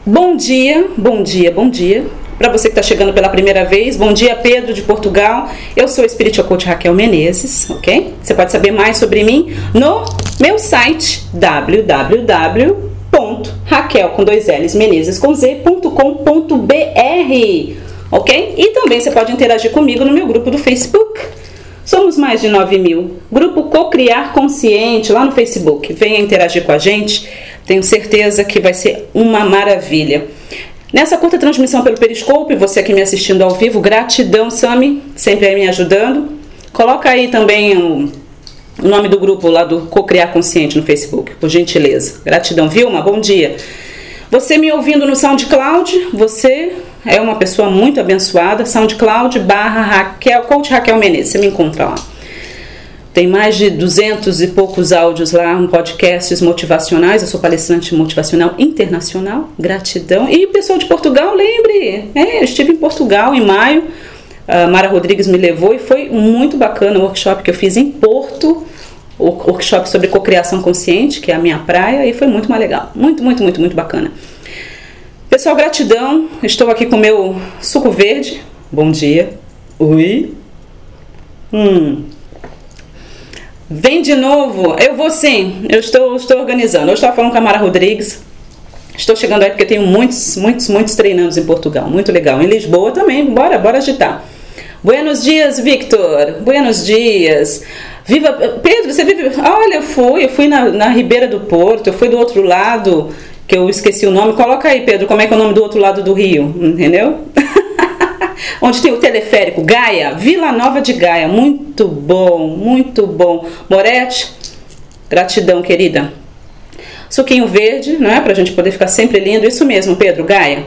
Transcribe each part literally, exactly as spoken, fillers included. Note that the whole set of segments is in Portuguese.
Bom dia, bom dia, bom dia. Para você que está chegando pela primeira vez, bom dia, Pedro de Portugal. Eu sou a Spiritual Coach Raquel Menezes, ok? Você pode saber mais sobre mim no meu site w w w ponto raquel com dois l's menezes com z ponto com ponto b r, ok? E também você pode interagir comigo no meu grupo do Facebook. Somos mais de nove mil. Grupo Cocriar Consciente lá no Facebook. Venha interagir com a gente. Tenho certeza que vai ser uma maravilha. Nessa curta transmissão pelo Periscope, você aqui me assistindo ao vivo, gratidão, Sami, sempre aí me ajudando. Coloca aí também o, o nome do grupo lá do Cocriar Consciente no Facebook, por gentileza. Gratidão, Vilma, bom dia. Você me ouvindo no SoundCloud, você é uma pessoa muito abençoada. SoundCloud barra Raquel, Coach Raquel Menezes, você me encontra lá. Tem mais de duzentos e poucos áudios lá, um podcasts motivacionais. Eu sou palestrante motivacional internacional. Gratidão. E o pessoal de Portugal, lembre, é, eu estive em Portugal em maio. A Mara Rodrigues me levou e foi muito bacana o workshop que eu fiz em Porto. O workshop sobre cocriação consciente, que é a minha praia, e foi muito mais legal. Muito, muito, muito, muito bacana. Pessoal, gratidão. Estou aqui com o meu suco verde. Bom dia. Oi. Hum... Vem de novo, eu vou sim, eu estou, estou organizando. Eu estava falando com a Mara Rodrigues, estou chegando aí porque eu tenho muitos, muitos, muitos treinandos em Portugal, muito legal. Em Lisboa também, bora, bora agitar. Buenos dias, Victor, buenos dias. Viva, Pedro, você vive... Olha, eu fui, eu fui na, na Ribeira do Porto, eu fui do outro lado, que eu esqueci o nome. Coloca aí, Pedro, como é que é o nome do outro lado do Rio, entendeu? Onde tem o teleférico, Gaia, Vila Nova de Gaia, muito bom, muito bom. Moretti, gratidão, querida. Suquinho verde, não é? Pra gente poder ficar sempre lindo, isso mesmo, Pedro, Gaia.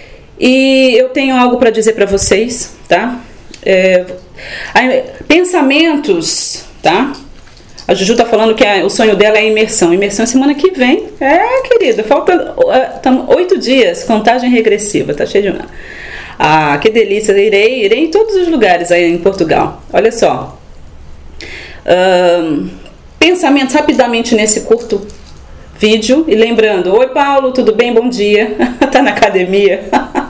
E eu tenho algo para dizer para vocês, tá? É, pensamentos, tá? A Juju tá falando que a, o sonho dela é a imersão. Imersão é semana que vem. É, querida, falta uh, oito dias, contagem regressiva, tá cheio de... Ah, que delícia, irei, irei em todos os lugares aí em Portugal. Olha só. Um, pensamentos rapidamente nesse curto vídeo. E lembrando, oi Paulo, tudo bem? Bom dia. Tá na academia.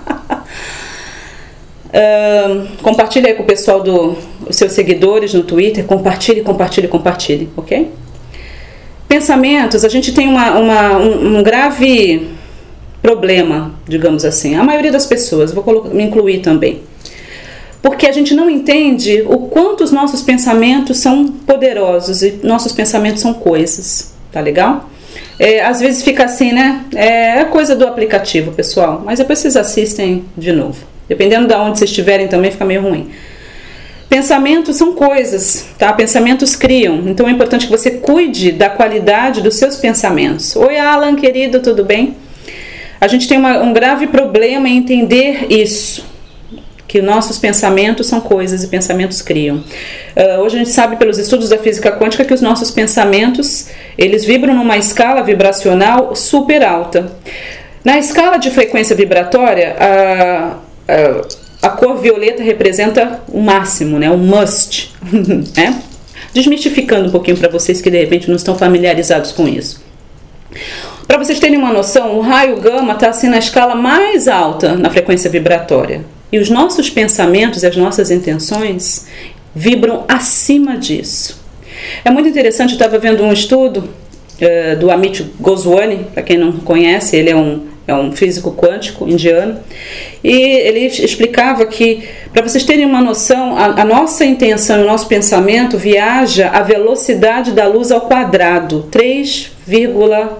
um, compartilhe aí com o pessoal dos seus seguidores no Twitter. Compartilhe, compartilhe, compartilhe, ok? Pensamentos, a gente tem uma, uma, um, um grave... problema, digamos assim, a maioria das pessoas, vou colocar, me incluir também, porque a gente não entende o quanto os nossos pensamentos são poderosos e nossos pensamentos são coisas, tá legal? É, às vezes fica assim, né? É coisa do aplicativo, pessoal, mas depois vocês assistem de novo, dependendo de onde vocês estiverem também fica meio ruim. Pensamentos são coisas, tá? Pensamentos criam, então é importante que você cuide da qualidade dos seus pensamentos. Oi Alan, querido, tudo bem? A gente tem uma, um grave problema em entender isso, que nossos pensamentos são coisas e pensamentos criam. Uh, hoje a gente sabe pelos estudos da física quântica que os nossos pensamentos, eles vibram numa escala vibracional super alta. Na escala de frequência vibratória, a, a, a cor violeta representa o máximo, né? O must, né? Desmistificando um pouquinho para vocês que de repente não estão familiarizados com isso. Para vocês terem uma noção, o raio gama está assim na escala mais alta na frequência vibratória. E os nossos pensamentos e as nossas intenções vibram acima disso. É muito interessante, eu estava vendo um estudo uh, do Amit Goswami, para quem não conhece, ele é um, é um físico quântico indiano, e ele explicava que, para vocês terem uma noção, a, a nossa intenção, o nosso pensamento viaja à velocidade da luz ao quadrado, três vírgula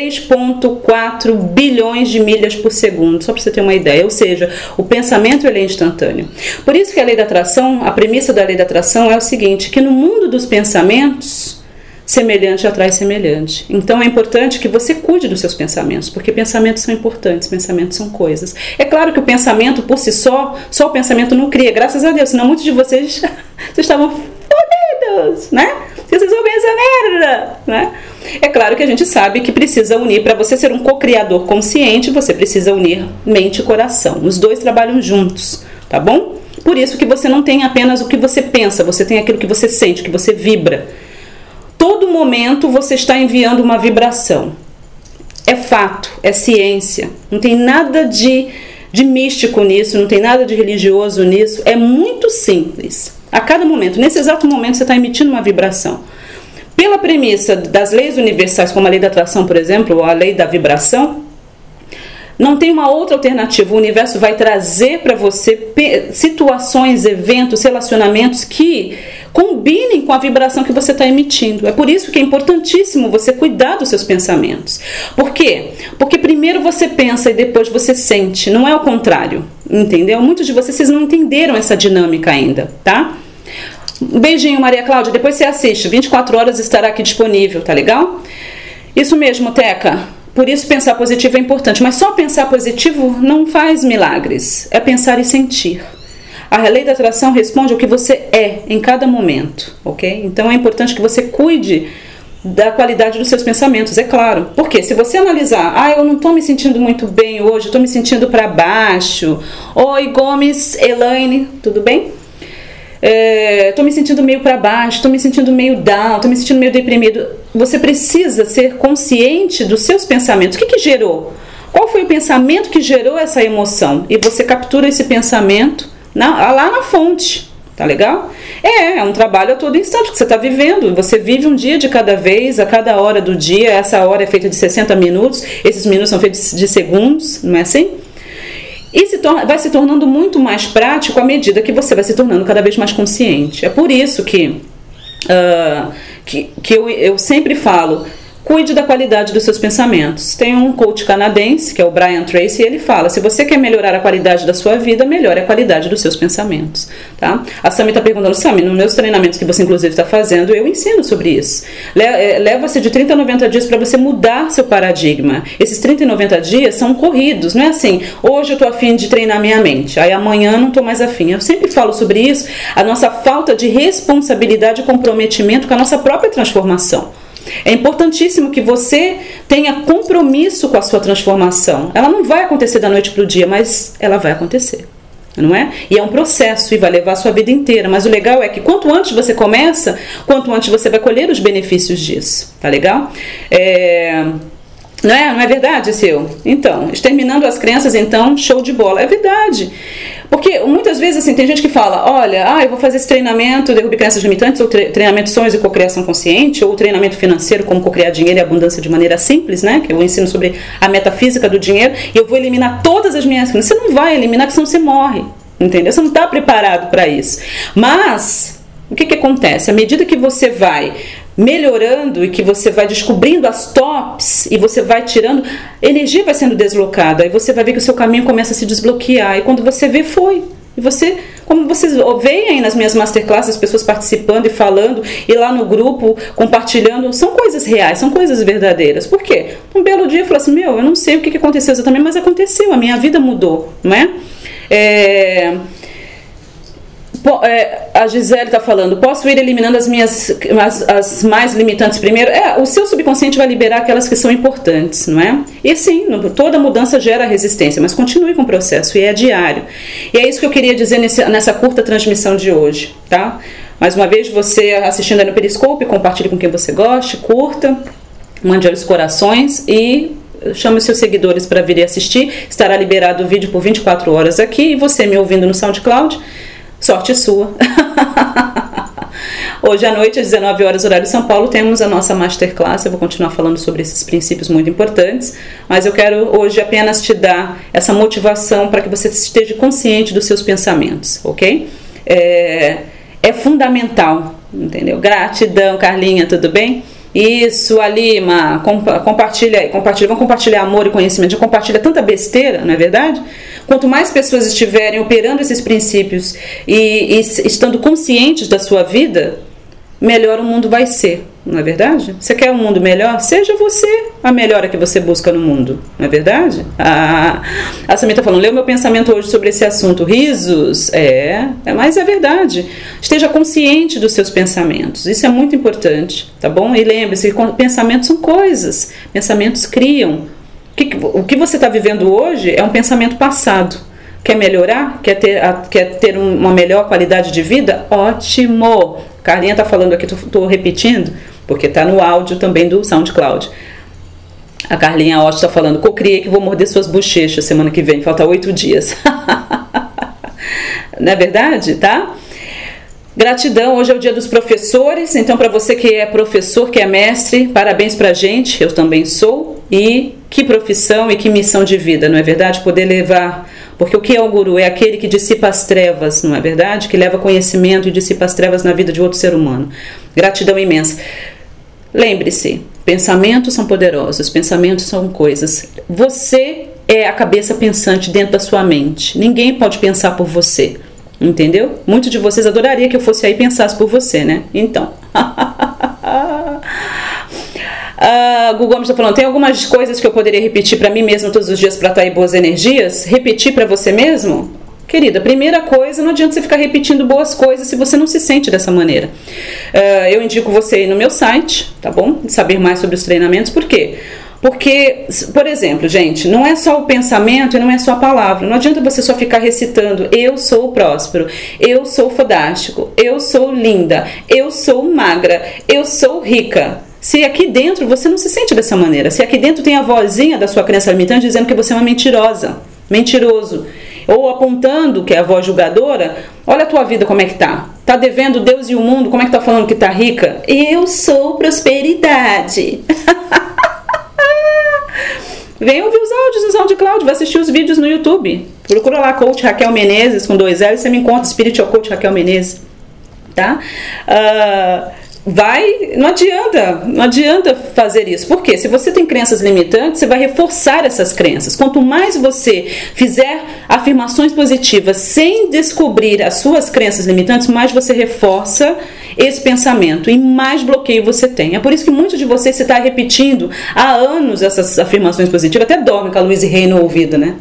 quatro bilhões de milhas por segundo, só para você ter uma ideia, ou seja, o pensamento ele é instantâneo. Por isso que a lei da atração, a premissa da lei da atração é o seguinte, que no mundo dos pensamentos, semelhante atrai semelhante. Então é importante que você cuide dos seus pensamentos, porque pensamentos são importantes, pensamentos são coisas. É claro que o pensamento por si só, só o pensamento não cria, graças a Deus, senão muitos de vocês, vocês estavam fodidos, né? Vocês ouvem essa merda, né? É claro que a gente sabe que precisa unir, para você ser um co-criador consciente, você precisa unir mente e coração. Os dois trabalham juntos, tá bom? Por isso que você não tem apenas o que você pensa, você tem aquilo que você sente, que você vibra. Todo momento você está enviando uma vibração. É fato, é ciência. Não tem nada de, de místico nisso, não tem nada de religioso nisso. É muito simples. A cada momento, nesse exato momento, você está emitindo uma vibração. Pela premissa das leis universais, como a lei da atração, por exemplo, ou a lei da vibração, não tem uma outra alternativa. O universo vai trazer para você situações, eventos, relacionamentos que combinem com a vibração que você está emitindo. É por isso que é importantíssimo você cuidar dos seus pensamentos. Por quê? Porque primeiro você pensa e depois você sente. Não é o contrário, entendeu? Muitos de vocês, vocês não entenderam essa dinâmica ainda, tá? Um beijinho, Maria Cláudia. Depois você assiste. vinte e quatro horas estará aqui disponível, tá legal? Isso mesmo, Teca. Por isso pensar positivo é importante. Mas só pensar positivo não faz milagres. É pensar e sentir. A lei da atração responde ao que você é em cada momento, ok? Então é importante que você cuide da qualidade dos seus pensamentos, é claro. Porque se você analisar, ah, eu não estou me sentindo muito bem hoje, estou me sentindo para baixo. Oi, Gomes, Elaine, tudo bem? Estou é, me sentindo meio para baixo, estou me sentindo meio down, estou me sentindo meio deprimido. Você precisa ser consciente dos seus pensamentos. O que que gerou? Qual foi o pensamento que gerou essa emoção? E você captura esse pensamento na, lá na fonte, tá legal? É, é um trabalho a todo instante que você está vivendo. Você vive um dia de cada vez, a cada hora do dia. Essa hora é feita de sessenta minutos, esses minutos são feitos de segundos, não é assim? E se torna, vai se tornando muito mais prático à medida que você vai se tornando cada vez mais consciente. É por isso que, uh, que, que eu, eu sempre falo, cuide da qualidade dos seus pensamentos. Tem um coach canadense, que é o Brian Tracy, e ele fala, se você quer melhorar a qualidade da sua vida, melhore a qualidade dos seus pensamentos. Tá? A Sami está perguntando, Sami, nos meus treinamentos que você inclusive está fazendo, eu ensino sobre isso. Leva-se de trinta a noventa dias para você mudar seu paradigma. Esses trinta e noventa dias são corridos, não é assim, hoje eu estou afim de treinar minha mente, aí amanhã não estou mais afim. Eu sempre falo sobre isso, a nossa falta de responsabilidade e comprometimento com a nossa própria transformação. É importantíssimo que você tenha compromisso com a sua transformação. Ela não vai acontecer da noite para o dia, mas ela vai acontecer, não é? E é um processo e vai levar a sua vida inteira. Mas o legal é que quanto antes você começa, quanto antes você vai colher os benefícios disso, tá legal? É... Não é, não é verdade, seu? Então, exterminando as crenças, então, show de bola. É verdade. Porque muitas vezes, assim, tem gente que fala, olha, ah, eu vou fazer esse treinamento, derrube crenças limitantes, ou tre treinamento sonhos e cocriação consciente, ou treinamento financeiro, como cocriar dinheiro e abundância de maneira simples, né? Que eu ensino sobre a metafísica do dinheiro, e eu vou eliminar todas as minhas crenças. Você não vai eliminar, porque senão você morre, entendeu? Você não está preparado para isso. Mas, o que que acontece? À medida que você vai melhorando e que você vai descobrindo as tops e você vai tirando, a energia vai sendo deslocada e você vai ver que o seu caminho começa a se desbloquear, e quando você vê, foi. E você, como vocês veem aí nas minhas masterclasses, pessoas participando e falando, e lá no grupo compartilhando, são coisas reais, são coisas verdadeiras. Por quê? Um belo dia eu falo assim, meu, eu não sei o que aconteceu exatamente, mas aconteceu, a minha vida mudou, não é? É... A Gisele está falando, posso ir eliminando as minhas as, as mais limitantes primeiro? É, o seu subconsciente vai liberar aquelas que são importantes, não é? E sim, toda mudança gera resistência, mas continue com o processo, e é diário. E é isso que eu queria dizer nesse, nessa curta transmissão de hoje, tá? Mais uma vez, você assistindo aí no Periscope, compartilhe com quem você goste, curta, mande os corações e chame os seus seguidores para virem assistir. Estará liberado o vídeo por vinte e quatro horas aqui, e você me ouvindo no SoundCloud, sorte sua. Hoje à noite, às dezenove horas, horário de São Paulo, temos a nossa Masterclass. Eu vou continuar falando sobre esses princípios muito importantes, mas eu quero hoje apenas te dar essa motivação para que você esteja consciente dos seus pensamentos, ok? É, é fundamental, entendeu? Gratidão, Carlinha, tudo bem? Isso, Alima, compa compartilha aí, compartilha, vamos compartilhar amor e conhecimento. Já compartilha tanta besteira, não é verdade? Quanto mais pessoas estiverem operando esses princípios e, e estando conscientes da sua vida, melhor o mundo vai ser, não é verdade? Você quer um mundo melhor? Seja você a melhora que você busca no mundo, não é verdade? Ah, a Samita está falando, leu meu pensamento hoje sobre esse assunto, risos, é, é, mas é verdade. Esteja consciente dos seus pensamentos, isso é muito importante, tá bom? E lembre-se que pensamentos são coisas, pensamentos criam. O que, o que você está vivendo hoje é um pensamento passado. Quer melhorar? Quer ter, a, quer ter uma melhor qualidade de vida? Ótimo! Carlinha está falando aqui, estou repetindo, porque está no áudio também do SoundCloud. A Carlinha Otti está falando, cocriei que vou morder suas bochechas semana que vem, falta oito dias. Não é verdade, tá? Gratidão, hoje é o dia dos professores, então para você que é professor, que é mestre, parabéns pra gente, eu também sou, e que profissão e que missão de vida, não é verdade? Poder levar, porque o que é o guru? É aquele que dissipa as trevas, não é verdade? Que leva conhecimento e dissipa as trevas na vida de outro ser humano. Gratidão imensa. Lembre-se, pensamentos são poderosos, pensamentos são coisas. Você é a cabeça pensante dentro da sua mente, ninguém pode pensar por você. Entendeu? Muitos de vocês adorariam que eu fosse aí e pensasse por você, né? Então. ah, Google está falando, tem algumas coisas que eu poderia repetir para mim mesmo todos os dias para atrair boas energias? Repetir para você mesmo? Querida, primeira coisa, não adianta você ficar repetindo boas coisas se você não se sente dessa maneira. Uh, eu indico você ir no meu site, tá bom? Saber mais sobre os treinamentos. Por quê? Porque, por exemplo, gente, não é só o pensamento e não é só a palavra. Não adianta você só ficar recitando, eu sou próspero, eu sou fodástico, eu sou linda, eu sou magra, eu sou rica. Se aqui dentro você não se sente dessa maneira, se aqui dentro tem a vozinha da sua crença limitante dizendo que você é uma mentirosa, mentiroso, ou apontando, que é a voz julgadora, olha a tua vida como é que tá. Tá devendo Deus e o mundo, como é que tá falando que tá rica? Eu sou prosperidade. Vem ouvir os áudios no SoundCloud, vai assistir os vídeos no YouTube. Procura lá, Coach Raquel Menezes, com dois L's, você me encontra, Spiritual Coach Raquel Menezes. Tá? Uh, vai, não adianta, não adianta fazer isso. Por quê? Se você tem crenças limitantes, você vai reforçar essas crenças. Quanto mais você fizer afirmações positivas sem descobrir as suas crenças limitantes, mais você reforça esse pensamento e mais bloqueio você tem. É por isso que muitos de vocês se está repetindo há anos essas afirmações positivas, até dorme com a Louise Hay no ouvido, né?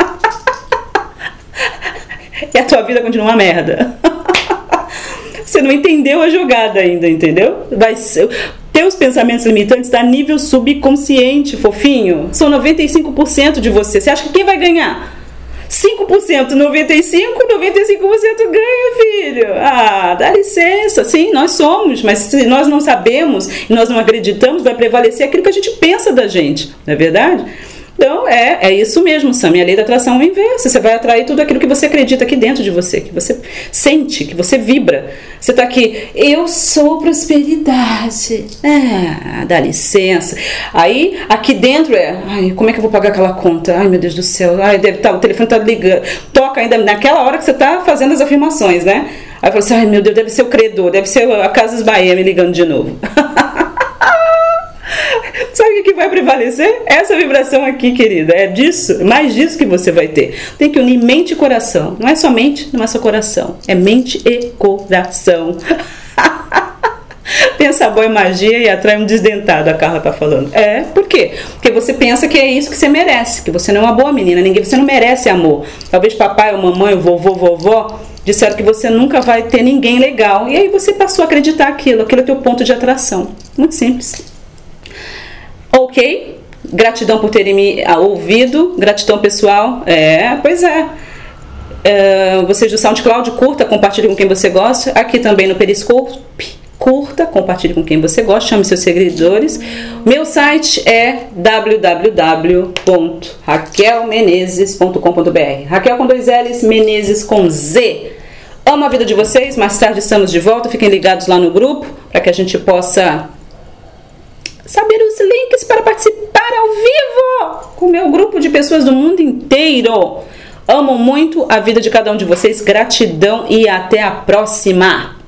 E a tua vida continua uma merda. Você não entendeu a jogada ainda, entendeu? Vai ser... Teus pensamentos limitantes estão a nível subconsciente, fofinho. São noventa e cinco por cento de você. Você acha que quem vai ganhar? cinco por cento, noventa e cinco por cento, noventa e cinco por cento ganha, filho. Ah, dá licença. Sim, nós somos, mas se nós não sabemos e nós não acreditamos, vai prevalecer aquilo que a gente pensa da gente, não é verdade? Então, é, é isso mesmo, Sam. A lei da atração é o inverso. Você vai atrair tudo aquilo que você acredita aqui dentro de você, que você sente, que você vibra. Você tá aqui, eu sou prosperidade. Ah, dá licença. Aí, aqui dentro é, ai, como é que eu vou pagar aquela conta? Ai, meu Deus do céu. Ai, deve tá, o telefone tá ligando. Toca ainda naquela hora que você tá fazendo as afirmações, né? Aí fala assim, ai, meu Deus, deve ser o credor, deve ser a Casas Bahia me ligando de novo. Sabe o que vai prevalecer? Essa vibração aqui, querida. É disso, mais disso que você vai ter. Tem que unir mente e coração. Não é só mente, não é só coração. É mente e coração. Pensa boa magia e atrai um desdentado, a Carla tá falando. É, por quê? Porque você pensa que é isso que você merece, que você não é uma boa menina, ninguém, você não merece amor. Talvez papai ou mamãe, ou vovô, vovó disseram que você nunca vai ter ninguém legal. E aí você passou a acreditar aquilo, aquilo é o teu ponto de atração. Muito simples. Ok? Gratidão por terem me ouvido. Gratidão, pessoal. É, pois é. é vocês do SoundCloud, curta, compartilhe com quem você gosta. Aqui também no Periscope, curta, compartilhe com quem você gosta. Chame seus seguidores. Meu site é w w w ponto raquel menezes ponto com ponto b r. Raquel com dois L's, Menezes com Z. Amo a vida de vocês. Mais tarde estamos de volta. Fiquem ligados lá no grupo para que a gente possa saber os links para participar ao vivo com o meu grupo de pessoas do mundo inteiro. Amo muito a vida de cada um de vocês. Gratidão e até a próxima.